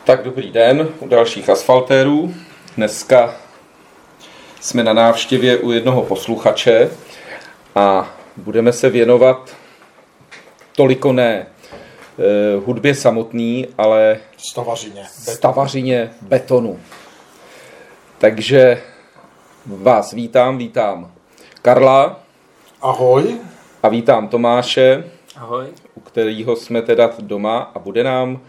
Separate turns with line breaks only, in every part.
Tak dobrý den u dalších asfaltérů. Dneska jsme na návštěvě u jednoho posluchače a budeme se věnovat toliko ne hudbě samotný, ale stavařině betonu. Takže vás vítám Karla.
Ahoj.
A vítám Tomáše.
Ahoj.
U kterého jsme teda doma a bude nám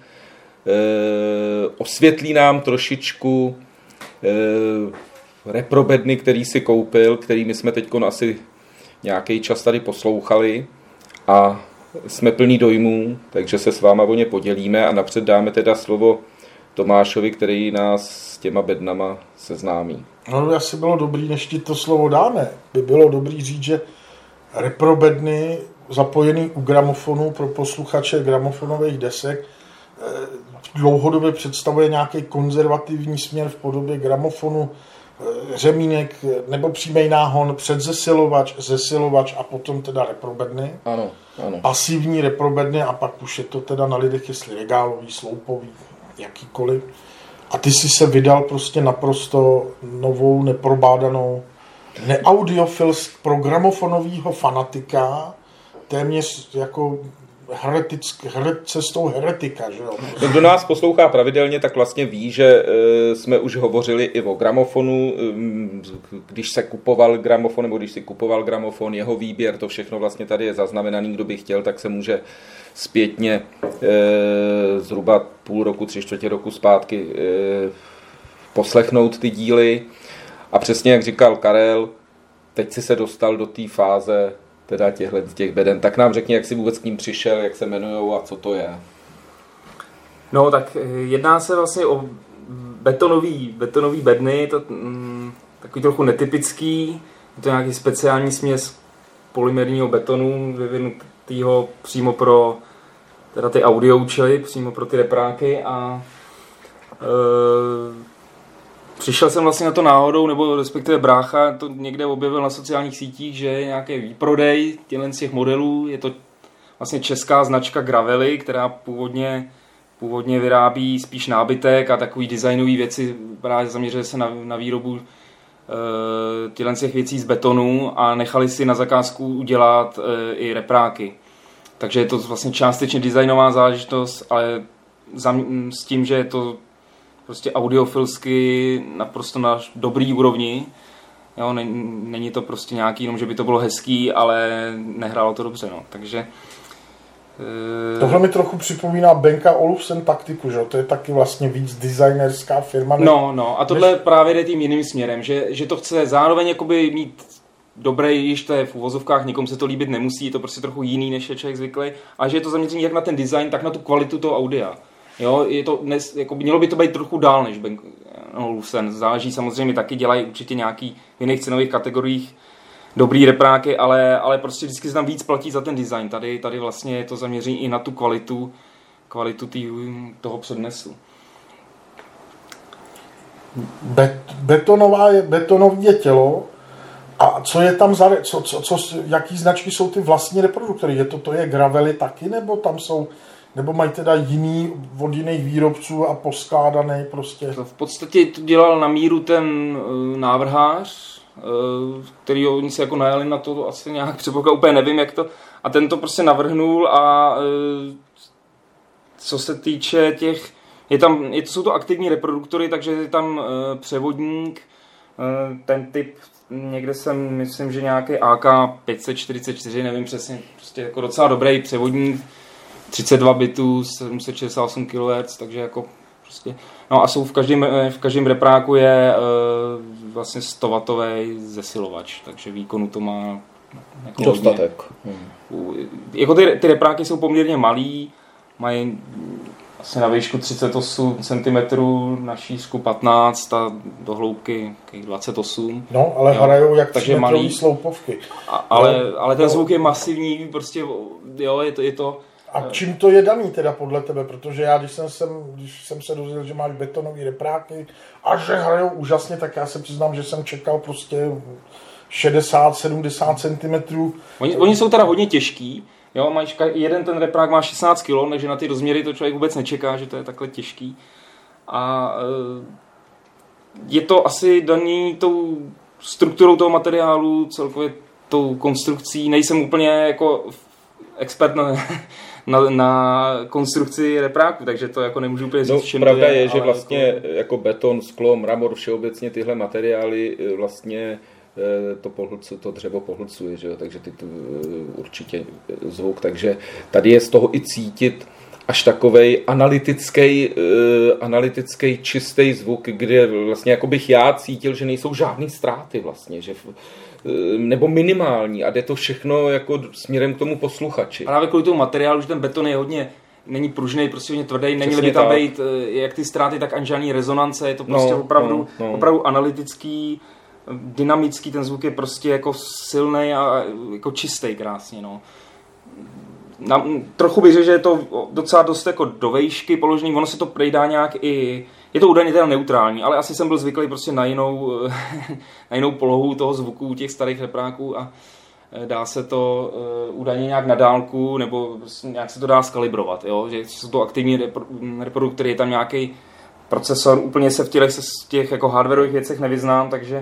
osvětlí nám trošičku reprobedny, který si koupil, kterými jsme teď asi nějaký čas tady poslouchali a jsme plní dojmů, takže se s váma o ně podělíme a napřed dáme teda slovo Tomášovi, který nás s těma bednama seznámí.
No, asi bylo dobrý, než ti to slovo dáme. By bylo dobrý říct, že reprobedny zapojený u gramofonu pro posluchače gramofonových desek dlouhodobě představuje nějaký konzervativní směr v podobě gramofonu, řemínek nebo přímý náhon, zesilovač a potom teda reprobedny.
Ano.
Pasivní reprobedny a pak už je to teda na lidech, jestli regálový, sloupový, jakýkoliv. A ty jsi se vydal prostě naprosto novou, neprobádanou, neaudiofilsk pro gramofonovýho fanatika, téměř jako cestou heretika, že jo?
Kdo nás poslouchá pravidelně, tak vlastně ví, že jsme už hovořili i o gramofonu, když se kupoval gramofon, nebo když si kupoval gramofon, jeho výběr, to všechno vlastně tady je zaznamenaný, kdo by chtěl, tak se může zpětně zhruba půl roku, 3/4 roku zpátky poslechnout ty díly. A přesně jak říkal Karel, teď si se dostal do té fáze teda těch beden. Tak nám řekni, jak jsi vůbec k ním přišel, jak se jmenujou a co to je.
No tak jedná se vlastně o betonový bedny, to takový trochu netypický, je to nějaký speciální směs polymerního betonu, vyvinutýho přímo pro teda ty audio účely, přímo pro ty repráky a přišel jsem vlastně na to náhodou, nebo respektive brácha to někde objevil na sociálních sítích, že je nějaký výprodej z těch modelů. Je to vlastně česká značka Gravely, která původně vyrábí spíš nábytek a takový designový věci. Právě zaměřuje se na výrobu těch věcí z betonu a nechali si na zakázku udělat i repráky. Takže je to vlastně částečně designová záležitost, ale s tím, že je to prostě audiofilsky naprosto na dobrý úrovni. Jo, není to prostě nějaký, jenom že by to bylo hezký, ale nehrálo to dobře. No. Takže
tohle mi trochu připomíná Benka Olufsen taktiku, že? To je taky vlastně víc designerská firma.
No, a tohle právě jde tím jiným směrem, že to chce zároveň jakoby mít dobrý, již to je v uvozovkách, někomu se to líbit nemusí, je to prostě trochu jiný, než je člověk zvyklý, a že je to zaměřený jak na ten design, tak na tu kvalitu toho audia. Jo, je to jako mělo by to být trochu dál než Benk Olufsen. Záleží samozřejmě, taky dělají určitě nějaký v jiných cenových kategoriích dobrý repráky, ale prostě vždycky se tam víc platí za ten design. Tady vlastně je to zaměření i na tu kvalitu toho přednesu.
Betonový je tělo. A co je tam za jaký značky jsou ty vlastní reproduktory? To je Gravely taky, nebo tam jsou, nebo mají teda jiný od jiných výrobců a poskládaný prostě?
To v podstatě to dělal na míru ten návrhář, který oni se jako najali na to asi nějak předpoklad, úplně nevím jak to, a ten to prostě navrhnul a co se týče těch, jsou to aktivní reproduktory, takže je tam převodník, ten typ, někde jsem, myslím, že nějaký AK544, nevím přesně, prostě jako docela dobrý převodník, 32 bitů, 768 kHz, takže jako prostě, no a jsou v každém repráku je vlastně 100W zesilovač, takže výkonu to má jako
dostatek.
Jako ty repráky jsou poměrně malý, mají asi na výšku 38 cm, na šířku 15 a do hloubky 28.
No, ale hrajou jak 3metrový sloupovky.
Ale ten zvuk je masivní, prostě jo, je to.
A čím to je daný teda podle tebe? Protože já, když jsem se dozvěděl, že máš betonový repráky a že hrajou úžasně, tak já se přiznám, že jsem čekal prostě 60-70 cm.
Oni jsou teda hodně těžký. Jo, jeden ten reprák má 16 kg, takže na ty rozměry to člověk vůbec nečeká, že to je takhle těžký. a je to asi daný tou strukturou toho materiálu, celkově tou konstrukcí. Nejsem úplně jako expert na konstrukci repráku, takže to jako nemůžu úplně říct, čem
pravda
to
je, že vlastně
jako
beton, sklo, mramor, všeobecně tyhle materiály vlastně to dřevo pohlcuje, že jo? Takže ty určitě zvuk, takže tady je z toho i cítit až takovej analytický čistý zvuk, kde vlastně jako bych já cítil, že nejsou žádný ztráty vlastně, že nebo minimální a jde to všechno jako směrem k tomu posluchači.
Právě kvůli tomu materiálu, že ten beton je hodně, není pružný, prostě hodně tvrdý, není by tam být jak ty ztráty, tak ani žádný rezonance, je to prostě opravdu analytický, dynamický, ten zvuk je prostě jako silný a jako čistý krásně, no. Trochu bych řekl, že je to docela dost jako do vejšky položený, ono se to prejdá nějak i, je to údajně teda neutrální, ale asi jsem byl zvyklý prostě na jinou polohu toho zvuku u těch starých repráků a dá se to údajně nějak na dálku, nebo prostě nějak se to dá skalibrovat, jo? Že jsou to aktivní reproduktory, je tam nějaký procesor, úplně se v těch jako hardwareových věcech nevyznám, takže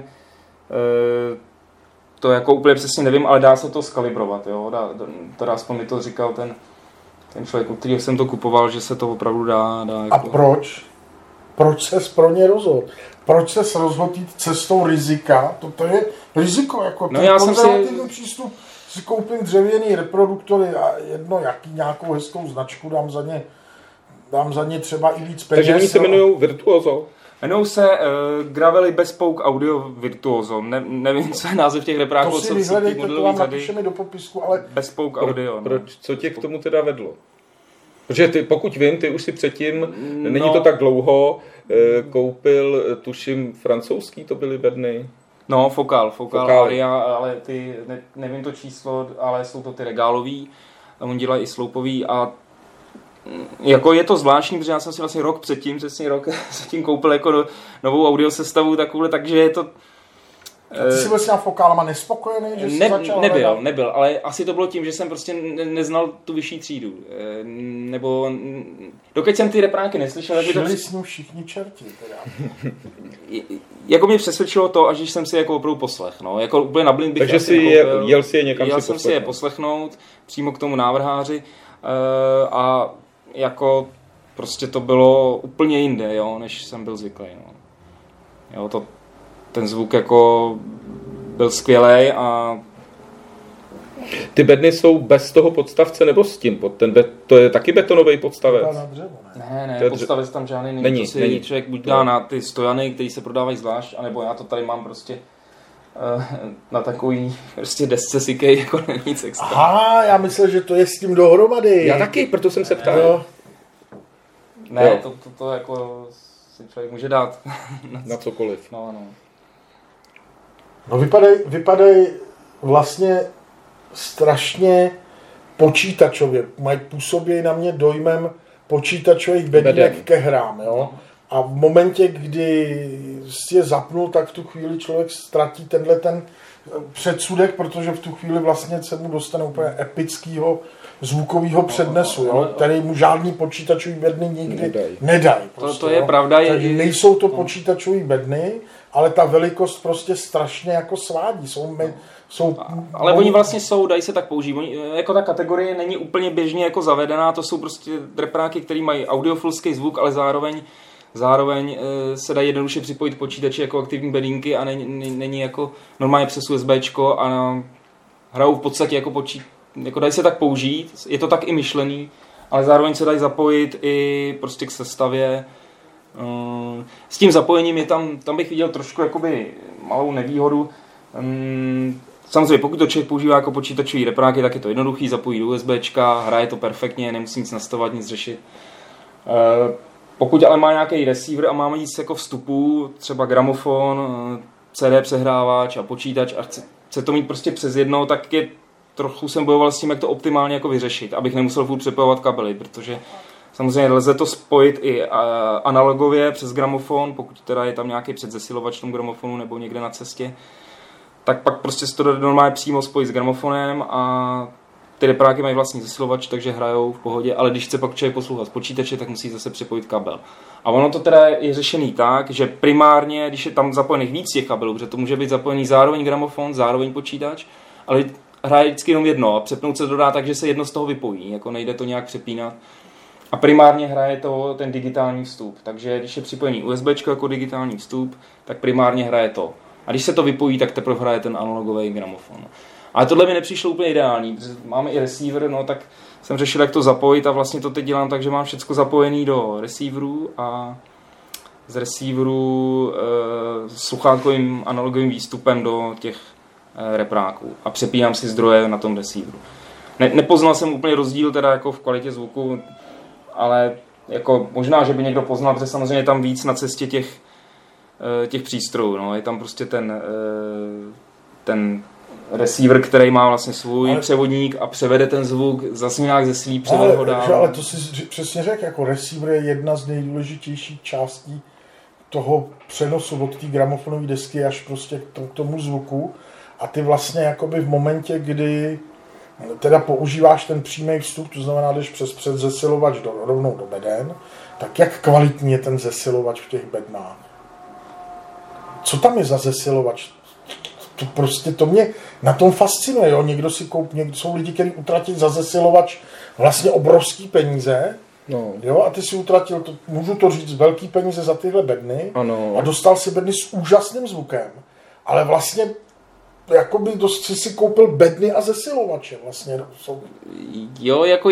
to jako úplně přesně nevím, ale dá se to skalibrovat, jo? Teda aspoň mi to říkal ten člověk, u kterého jsem to kupoval, že se to opravdu dá jako...
A proč? Proč ses pro ně rozhodl? Proč ses rozhodl jít cestou rizika? To je riziko, jako ten konzervativní přístup, si koupím dřevěný reproduktory a nějakou hezkou značku, dám za ně třeba i víc peněz.
Takže oni se jmenují Virtuoso.
Jmenují se Gravely Bespoke Audio Virtuoso. Nevím, co je název těch repráků.
To si vyhledejte, to vám napíšeme do popisku, ale...
Bespoke Audio.
Co tě k tomu teda vedlo? Protože pokud vím, ty už si předtím, není to tak dlouho, koupil, tuším, francouzský to byly bedny.
No, Focal Aria, ale ty, nevím to číslo, ale jsou to ty regálový. On dělá i sloupový a jako je to zvláštní, protože já jsem si vlastně přesně rok předtím koupil jako novou audio sestavu takovou, takže je to...
Ty jsi byl s těma Focalama nespokojený, že jsi začal
Nebyl, ale asi to bylo tím, že jsem prostě neznal tu vyšší třídu. Nebo dokud jsem ty repráky neslyšel,
šli s ním všichni čerti, teda.
Jako mě přesvědčilo to, až když jsem si jako opravdu poslech, no, jako úplně na blind bych.
Takže jel si je někam
jel jsem si je poslechnout přímo k tomu návrháři a jako prostě to bylo úplně jinde, jo, než jsem byl zvyklý, no. Jo, ten zvuk jako byl skvělej a...
Ty bedny jsou bez toho podstavce nebo s tím? To je taky betonový podstavec?
Ne, podstavec tam žádný není. To si člověk buď dá na ty stojany, které se prodávají zvlášť, anebo já to tady mám prostě na takový prostě desce sikej, jako nic extra.
Aha, já myslel, že to je s tím dohromady.
Já taky, proto jsem se ptal.
Jo.
Ne, to jako si člověk může dát.
Na cokoliv.
No.
No vypadají vlastně strašně počítačově. Působí na mě dojmem počítačových bedínek ke hrám, jo. A v momentě, kdy si je zapnul, tak v tu chvíli člověk ztratí ten předsudek, protože v tu chvíli vlastně se mu dostane úplně epického zvukového přednesu, jo, který mu žádný počítačový bedny nikdy nedají. Prostě,
to je pravda.
Takže nejsou to počítačový bedny, ale ta velikost prostě strašně jako svádí.
Ale oni vlastně dají se tak použít. Jako ta kategorie není úplně běžně jako zavedená, to jsou prostě repráky, které mají audiofilský zvuk, ale zároveň se dají jednoduše připojit k počítači jako aktivní bedínky a není jako normálně přes USBčko a hrajou v podstatě jako dají se tak použít, je to tak i myšlený, ale zároveň se dají zapojit i prostě k sestavě. S tím zapojením tam bych viděl trošku jakoby malou nevýhodu. Samozřejmě, pokud to člověk používá jako počítačový repráky, tak je to jednoduchý, zapojí do USBčka, hraje to perfektně, nemusí nic nastavovat, nic řešit. Pokud ale má nějaký receiver a máme nic jako vstupů, třeba gramofon, CD přehrávač a počítač a chce to mít prostě přes jedno, tak trochu jsem bojoval s tím, jak to optimálně jako vyřešit, abych nemusel furt přepojovat kabely, protože samozřejmě lze to spojit i analogově přes gramofon, pokud teda je tam nějaký předzesilovač v tom gramofonu nebo někde na cestě, tak pak prostě se to jde normálně přímo spojit s gramofonem a ty repráky mají vlastní zesilovač, takže hrajou v pohodě, ale když chce pak člověk poslouchat z počítače, tak musí zase připojit kabel. A ono to teda je řešený tak, že primárně, když je tam zapojených víc těch kabelů, protože to může být zapojený zároveň gramofon, zároveň počítač, ale hraje vždycky jenom jedno a přepnout se dodá tak, že se jedno z toho vypojí, jako nejde to nějak přepínat. A primárně hraje to ten digitální vstup, takže když je připojený USB jako digitální vstup, tak primárně hraje to. A když se to vypojí, tak teprve hraje ten analogový gramofon. Ale tohle mi nepřišlo úplně ideální, protože máme i receiver, no tak jsem řešil, jak to zapojit a vlastně to teď dělám tak, že mám všechno zapojený do receiveru a z receiveru sluchátkovým analogovým výstupem do těch repráků a přepínám si zdroje na tom receiveru. Nepoznal jsem úplně rozdíl teda jako v kvalitě zvuku, ale jako možná, že by někdo poznal, protože samozřejmě je tam víc na cestě těch přístrojů. No. Je tam prostě ten receiver, který má vlastně svůj převodník a převede ten zvuk, zase nějak zeslí, převede ho dál.
Ale to si přesně řekl, jako receiver je jedna z nejdůležitějších částí toho přenosu od té gramofonové desky až prostě k tomu zvuku. A ty vlastně jakoby v momentě, kdy teda používáš ten přímý vstup, to znamená, jdeš přes zesilovač rovnou do beden, tak jak kvalitní je ten zesilovač v těch bednách? Co tam je za zesilovač? To mě na tom fascinuje, jo? Někdo jsou lidi, kteří utratí za zesilovač vlastně obrovský peníze, no. Jo? A ty si utratil, můžu to říct, velký peníze za tyhle bedny a dostal si bedny s úžasným zvukem, ale vlastně jakoby dost si koupil bedny a zesilovače vlastně.
Jo, jako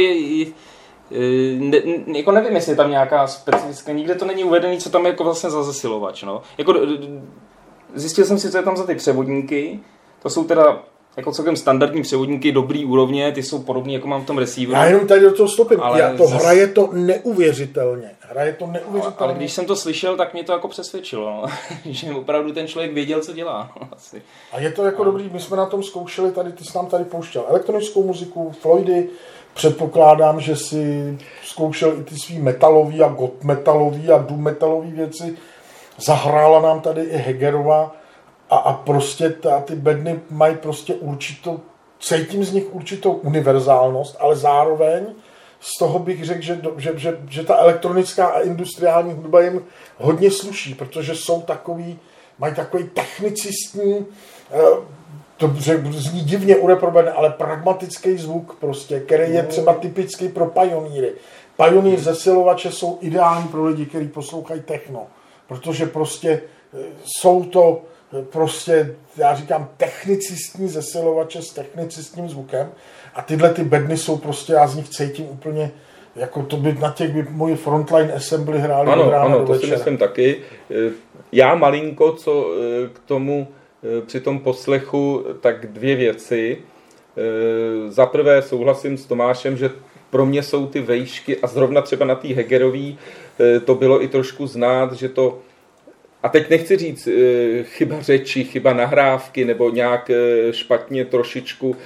jako nevím, jestli je tam nějaká specifická, nikde to není uvedený, co tam je jako vlastně za zesilovač, no. Jako zjistil jsem si, co je tam za ty převodníky, to jsou teda jako celkem standardní převodníky, dobrý úrovně, ty jsou podobný, jako mám v tom receiveru.
Já jenom tady do toho stopím, hraje to neuvěřitelně.
Ale když jsem to slyšel, tak mě to jako přesvědčilo, no. Že opravdu ten člověk věděl, co dělá. Asi.
A je to jako dobrý, my jsme na tom zkoušeli, ty jsi nám tady pouštěl elektronickou muziku, Floydy, předpokládám, že si zkoušel i ty svý metalový a goth metalový a doom metalový věci. Zahrála nám tady i Hegerova a prostě ty bedny mají prostě cítím z nich určitou univerzálnost, ale zároveň z toho bych řekl, že ta elektronická a industriální hudba jim hodně sluší, protože mají takový technicistní, to zní divně u reprobedne, ale pragmatický zvuk prostě, který je třeba typický pro Pioneery. Pioneer zesilovače jsou ideální pro lidi, kteří poslouchají techno, protože prostě jsou to prostě, já říkám, technicistní zesilovače s technicistním zvukem a tyhle ty bedny jsou prostě, já z nich cítím úplně, jako to by na těch by moje frontline assembly hráli od rána do večera.
To si myslím taky. Já malinko, co k tomu při tom poslechu, tak dvě věci. Za prvé souhlasím s Tomášem, že pro mě jsou ty vejšky a zrovna třeba na té Hegerový to bylo i trošku znát, že to, a teď nechci říct chyba řeči, chyba nahrávky nebo nějak špatně trošičku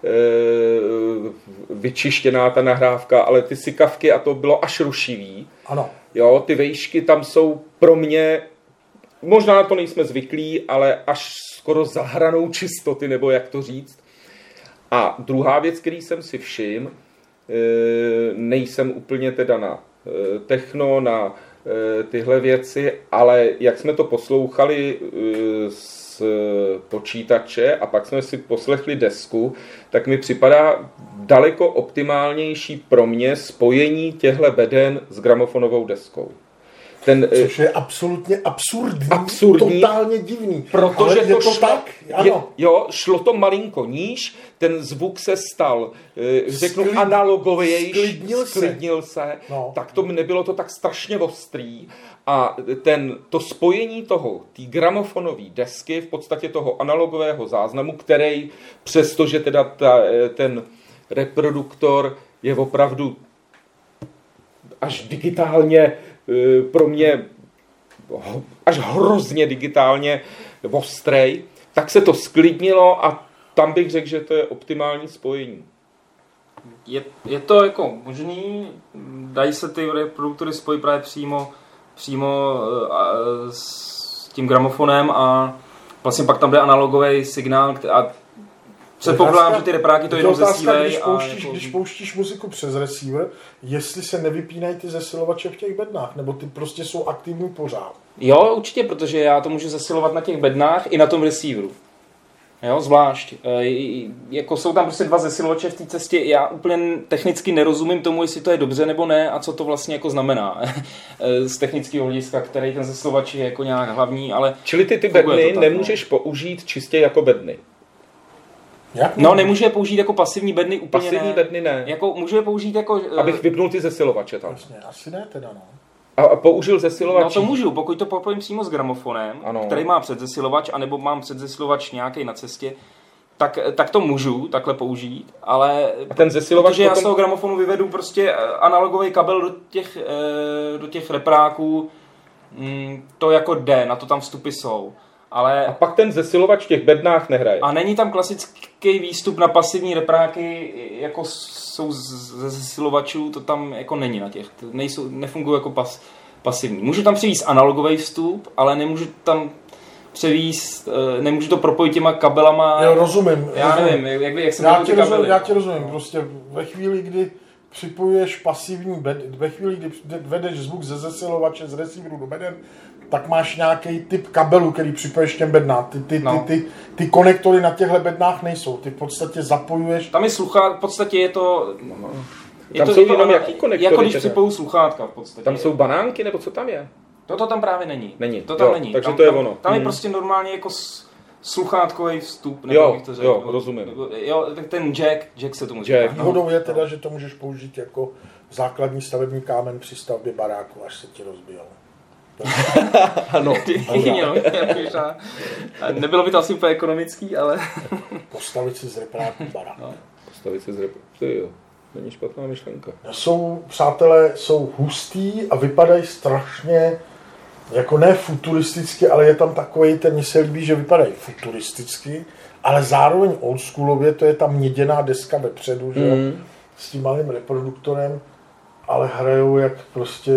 vyčištěná ta nahrávka, ale ty sykavky a to bylo až rušivý.
Ano.
Jo, ty vejšky tam jsou pro mě, možná na to nejsme zvyklí, ale až skoro za hranou čistoty, nebo jak to říct. A druhá věc, který jsem si všiml, nejsem úplně teda na techno, na tyhle věci, ale jak jsme to poslouchali z počítače a pak jsme si poslechli desku, tak mi připadá daleko optimálnější pro mě spojení těchto beden s gramofonovou deskou.
Což je absolutně absurdní, totálně divný.
Protože
ale to tak, ano.
Šlo to malinko níž, ten zvuk se stal, řeknu, analogovější, sklidnil se, no. Tak to nebylo to tak strašně ostrý a to spojení té gramofonové desky, v podstatě toho analogového záznamu, který přestože teda ten reproduktor je opravdu až digitálně pro mě až hrozně digitálně ostrej, tak se to sklidnilo a tam bych řekl, že to je optimální spojení.
Je to jako možný, dají se ty reproduktory spojit právě přímo s tím gramofonem a vlastně pak tam jde analogový signál a Předpokládám, že ty repráky to jenom zesílejí.
Když pouštíš muziku přes receiver, jestli se nevypínají ty zesilovače v těch bednách, nebo ty prostě jsou aktivní pořád.
Jo, určitě, protože já to můžu zesilovat na těch bednách i na tom receiveru. Jo, zvlášť. Jako jsou tam prostě dva zesilovače v té cestě. Já úplně technicky nerozumím tomu, jestli to je dobře nebo ne a co to vlastně jako znamená z technického hlediska, který ten zesilovač je jako nějak hlavní, ale...
Čili ty bedny nemůžeš použít čistě jako bedny.
No, nemůžu je použít jako pasivní bedny úplně
pasivní bedny ne.
Jako, můžu je použít jako...
Abych vypnul ty zesilovače tam.
Vlastně, asi ne teda, no.
A použil zesilovač?
No to můžu, pokud to propojím přímo s gramofonem, který má předzesilovač, anebo mám předzesilovač nějaký na cestě, tak to můžu takhle použít, ale
a ten zesilovač
protože já z toho gramofonu vyvedu prostě analogový kabel do těch repráků, to jako jde, na to tam vstupy jsou. Ale...
A pak ten zesilovač v těch bednách nehraje.
A není tam klasický výstup na pasivní repráky, jako jsou ze zesilovačů, to tam jako není na těch. Nefungují jako pasivní. Můžu tam přivést analogový vstup, ale nemůžu tam převíst, nemůžu to propojit těma kabelama.
Jo, rozumím.
Já nevím, jak se jmenují ty kabely.
Já ti rozumím, prostě ve chvíli, kdy připojuješ pasivní ve chvíli, kdy vedeš zvuk ze zesilovače z receiveru do beden, tak máš nějaký typ kabelu, který připoješ těm bednám. Ty konektory na těchto bednách nejsou. Ty v podstatě zapojuješ...
Tam je sluchák, v podstatě je to...
Tam jsou jenom jaký konektory?
Jako když připoju sluchátka v podstatě.
Tam jsou banánky, nebo co tam je?
Toto tam právě není.
To tam není. Takže to je ono.
Tam je prostě normálně jako sluchátkový vstup.
Jo, rozumím.
Jo, ten jack se tomu říká.
Výhodou je teda, že to můžeš použít jako základní stavební kámen při stavbě baráku, až se ti rozbijou.
Ano.
Nebylo by to asi úplně ekonomický, ale...
Postavit si z repráku barák. No.
Postavit si z repráku, jo. Není špatná myšlenka.
Přátelé jsou hustý a vypadají strašně, jako ne futuristicky, ale je tam takový, mně se líbí, že vypadají futuristicky, ale zároveň oldschoolově, to je ta měděná deska vepředu, že jo, s tím malým reproduktorem, ale hrajou jak prostě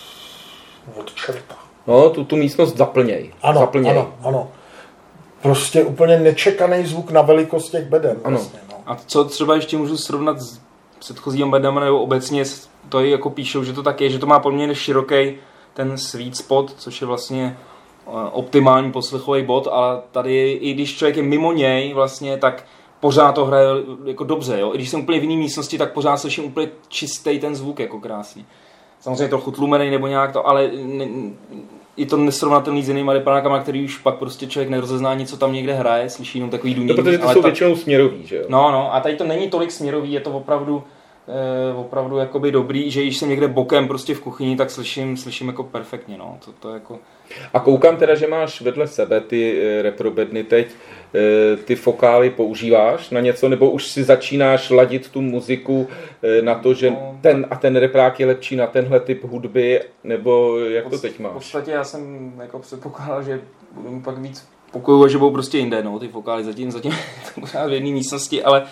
od čerta.
No, tu místnost zaplněj.
Ano. Prostě úplně nečekaný zvuk na velikost těch beden.
Ano.
Vlastně, no.
A co třeba ještě můžu srovnat s předchozím bedama, nebo obecně to i jako píšou, že to tak je, že to má poměrně široký ten sweet spot, což je vlastně optimální poslechový bod, ale tady i když člověk je mimo něj vlastně, tak pořád to hraje jako dobře, jo. I když jsem úplně v jiné místnosti, tak pořád slyším úplně čistý ten zvuk, jako krásný. Samozřejmě trochu tlumený nebo nějak to, ale je to nesrovnatelný s jinýma reparákama, který už pak prostě člověk nerozezná nic, co tam někde hraje, slyší jenom takový duní.
No, protože ty jsou většinou směrový, že jo?
No, a tady to není tolik směrový, je to opravdu jakoby dobrý, že když jsem někde bokem prostě v kuchyni, tak slyším jako perfektně, no. To jako...
A koukám teda, že máš vedle sebe ty reprobedny teď, ty fokály používáš na něco, nebo už si začínáš ladit tu muziku na to, že ten reprák je lepší na tenhle typ hudby, nebo jak to teď máš?
V podstatě já jsem jako předpokládal, že budu pak víc pokojů, že budou prostě jinde, no, ty fokály zatím to pořád v jedné místnosti, ale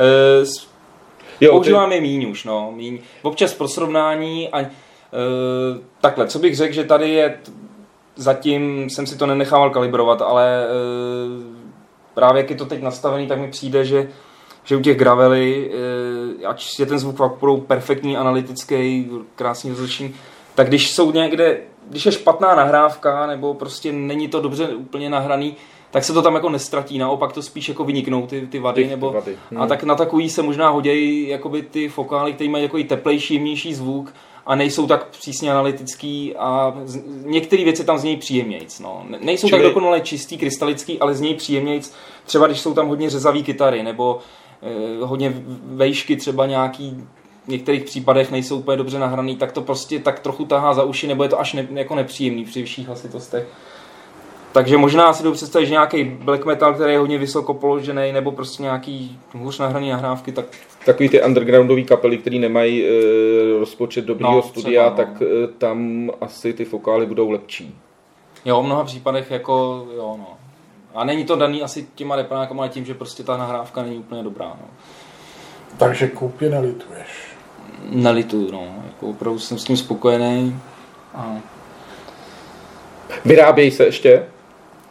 používám je míň už, no, míň. Občas pro srovnání a takhle, co bych řekl, že tady je, zatím jsem si to nenechával kalibrovat, ale právě jak je to teď nastavený, tak mi přijde, že u těch gravely, ať je ten zvuk fakt perfektní, analytický, krásný rozlišení, tak když jsou někde, když je špatná nahrávka, nebo prostě není to dobře úplně nahraný, tak se to tam jako nestratí, naopak to spíš jako vyniknou ty vady, nebo
vady.
A tak na takový se možná hodějí jakoby ty fokály, které mají jako teplejší, jemnější zvuk a nejsou tak přísně analytický a některé věci tam znějí příjemnějc, no. Nejsou tak dokonale čistý, krystalický, ale znějí příjemnějc, třeba když jsou tam hodně řezavý kytary, nebo hodně vejšky třeba nějaký, v některých případech nejsou úplně dobře nahraný, tak to prostě tak trochu tahá za uši, nebo je to až jako nepříjemný při vyšších hlasitostech. Takže možná si jdu představit, že nějaký black metal, který je hodně vysoko položený, nebo prostě nějaký hůř nahraný nahrávky, tak...
Takový ty undergroundový kapely, který nemají rozpočet dobrýho studia, třeba, tak tam asi ty fokály budou lepší.
Jo, v mnoha případech jako, jo, no. A není to daný asi těma reparákama, ale tím, že prostě ta nahrávka není úplně dobrá, no.
Takže koupě nelituješ?
Nelituju, no. Jako opravdu jsem s tím spokojený.
Vyrábějí se ještě?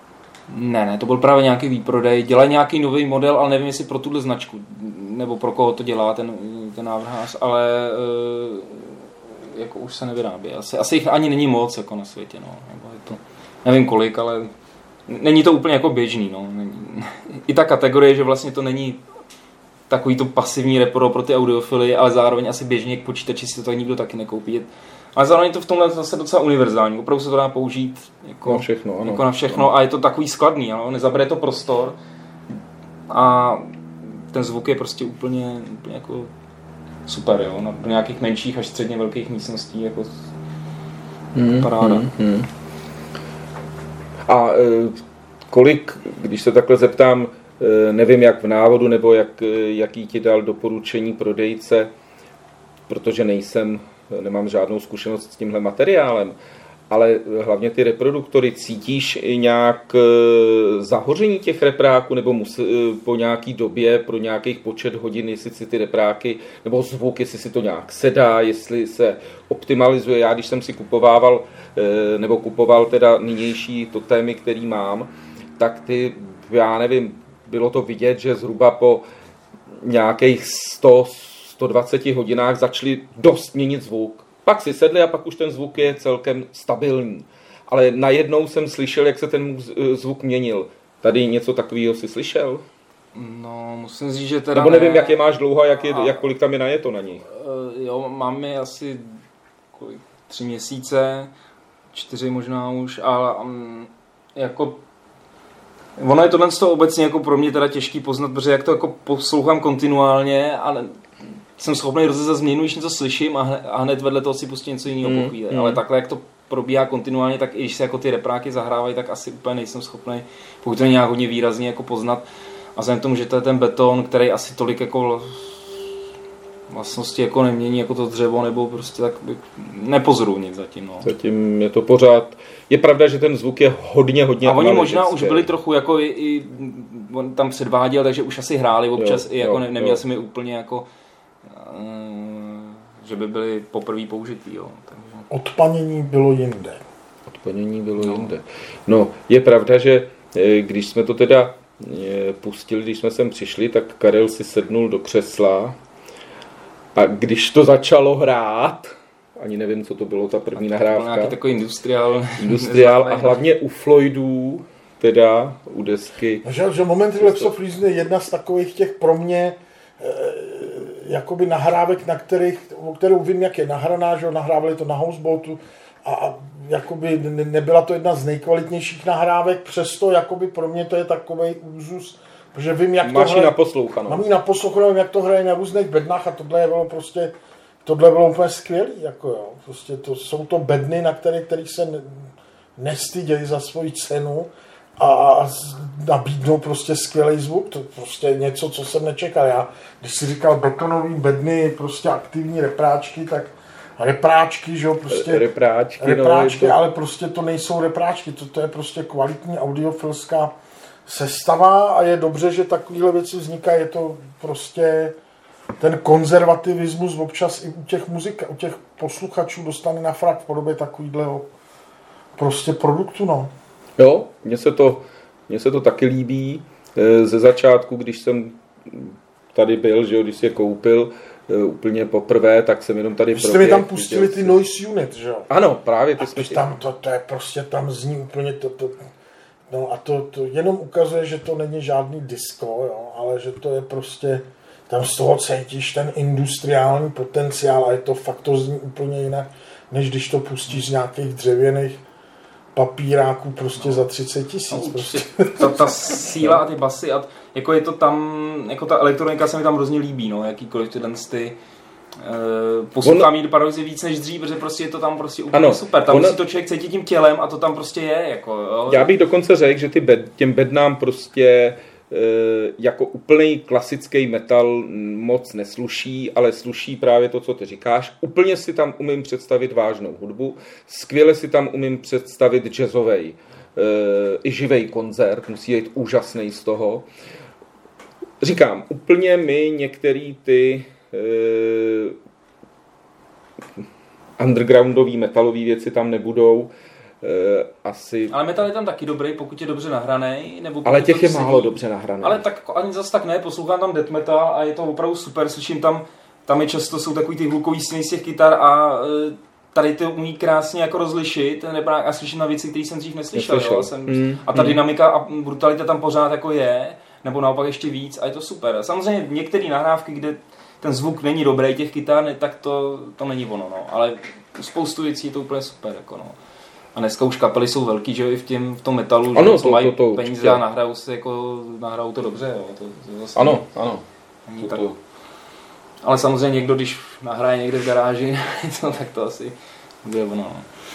Ne, to byl právě nějaký výprodej. Dělají nějaký nový model, ale nevím, jestli pro tuhle značku, nebo pro koho to dělá ten návrhář, ale jako už se nevyrábí. Asi jich ani není moc jako na světě, no. Nebo je to, nevím kolik, ale není to úplně jako běžný, no. I ta kategorie, že vlastně to není takový to pasivní repro pro ty audiofily, ale zároveň asi běžně k počítači si to nikdo taky nekoupí. Ale zároveň je to v tomhle zase docela univerzální. Opravdu se to dá použít jako na všechno a je to takový skladný, ano? Nezabere to prostor a ten zvuk je prostě úplně jako super, jo? Na nějakých menších až středně velkých místností jako paráda.
A kolik, když se takhle zeptám, nevím jak v návodu, nebo jaký ti dal doporučení prodejce, protože nemám žádnou zkušenost s tímhle materiálem, ale hlavně ty reproduktory, cítíš nějak zahoření těch repráků, nebo po nějaký době, pro nějakých počet hodin, jestli si ty repráky, nebo zvuk, jestli si to nějak sedá, jestli se optimalizuje. Já, když jsem si kupoval teda nynější totémy, který mám, tak já nevím, bylo to vidět, že zhruba po nějakých 120 hodinách začali dost měnit zvuk. Pak si sedli a pak už ten zvuk je celkem stabilní. Ale najednou jsem slyšel, jak se ten zvuk měnil. Tady něco takového si slyšel?
No, musím říct, že teda
nebo nevím, jak je máš dlouho a jak kolik tam je najeto na nich.
Jo, máme asi 3 měsíce, 4 možná už, ale jako ono je tohle z toho obecně jako pro mě teda těžký poznat, protože jak to jako poslouchám kontinuálně, ale jsem schopný rozezat změnu, když něco slyším a hned vedle toho si pustím něco jiného po chvíli. Ale takhle, jak to probíhá kontinuálně, tak i když se jako ty repráky zahrávají, tak asi úplně nejsem schopný, pokud to je nějak hodně výrazně jako poznat. A vzhledem k tomu, že to je ten beton, který asi tolik jako vlastnosti jako nemění jako to dřevo, nebo prostě tak nepozoruju nic zatím. No.
Zatím je to pořád. Je pravda, že ten zvuk je hodně
a oni možná už byli trochu jako i on tam předváděl, takže už asi hráli občas i jako neměl jsem je úplně jako že by byly poprvé použitý. Jo. Takže...
Odpanění bylo jinde.
No, je pravda, že když jsme to teda pustili, když jsme sem přišli, tak Karel si sednul do křesla a když to začalo hrát, ani nevím, co to bylo, ta první nahrávka.
Nějaký takový
industriál a hlavně u Floydů, teda u desky.
Že Momenty Lapse of Reason je jedna z takových těch pro mě jakoby nahrávek, o kterou vím, jak je nahraná, že nahrávali to na Houseboatu a jakoby nebyla to jedna z nejkvalitnějších nahrávek, přesto jakoby pro mě to je takovej úzus, protože vím, jak
máš to hraje. Mám
ji naposlouchanou, vím, jak to hraje na různých bednách a tohle bylo úplně skvělý, jako jo. Prostě jsou to bedny, na kterých se nestydějí za svoji cenu a nabídnou prostě skvělý zvuk, to prostě něco, co jsem nečekal. Já, když si říkal betonový bedny, prostě aktivní repráčky, tak repráčky, že jo, prostě repráčky, ale prostě to nejsou repráčky, to je prostě kvalitní audiofilská sestava a je dobře, že takovéhle věci vznikají, je to prostě ten konzervativismus občas i u těch posluchačů dostane na frak v podobě takovýhleho prostě produktu, no.
Jo, mně se to taky líbí. Ze začátku, když jsem tady byl, že jo, když si je koupil úplně poprvé, tak jsem jenom tady
proběh. Jste mi tam pustili ty noise unit, že jo?
Ano, právě.
To je prostě, tam zní úplně no a to jenom ukazuje, že to není žádný disco, jo, ale že to je prostě, tam z toho cítíš ten industriální potenciál a je to fakt, to zní úplně jinak, než když to pustíš z nějakých dřevěných papíráků prostě za 30 000. Prostě.
Ta síla a ty basy, a jako je to tam, jako ta elektronika se mi tam hrozně líbí, no, jakýkoliv ty poslouchám jí paradoxy víc než dřív, protože prostě je to tam prostě úplně super. Tam si to člověk cítí tím tělem a to tam prostě je. Jako, jo.
Já bych dokonce řekl, že těm bednám prostě jako úplný klasický metal moc nesluší, ale sluší právě to, co ty říkáš. Úplně si tam umím představit vážnou hudbu, skvěle si tam umím představit jazzovej i živej koncert, musí být úžasný z toho. Říkám, úplně mi některý ty undergroundový metalový věci tam nebudou. asi...
Ale metal je tam taky dobrý, pokud je dobře nahraný.
Ale těch je málo dobře nahraný.
Ale tak ani zase tak ne, poslouchám tam death metal a je to opravdu super, slyším tam je často jsou takový ty hlukový stěny z těch kytar a tady to umí krásně jako rozlišit a slyším na věci, které jsem dřív neslyšel. Jo? A ta dynamika a brutalita tam pořád jako je, nebo naopak ještě víc a je to super. Samozřejmě některé nahrávky, kde ten zvuk není dobrý těch kytar, tak to není ono, no. Ale spoustu věcí je to úplně super, jako no. A dneska už kapely jsou velký, že i v tom metalu,
ano,
že mají
to
peníze a nahrajou to dobře, jo. To vlastně
ano.
Ale samozřejmě někdo, když nahraje někde v garáži, tak to asi bude ono.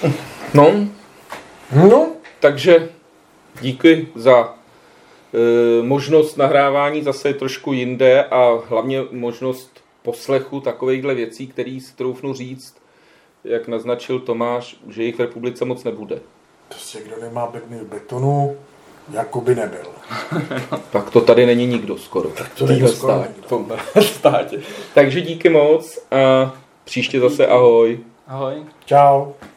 No, takže díky za možnost nahrávání zase trošku jinde a hlavně možnost poslechu takovejhle věcí, který si troufnu říct, jak naznačil Tomáš, že jich v republice moc nebude.
Prostě kdo nemá bedny v betonu, jako by nebyl.
Tak to tady není nikdo skoro.
Tak to není skoro
státě. Takže díky moc a příště zase ahoj.
Ahoj.
Čau.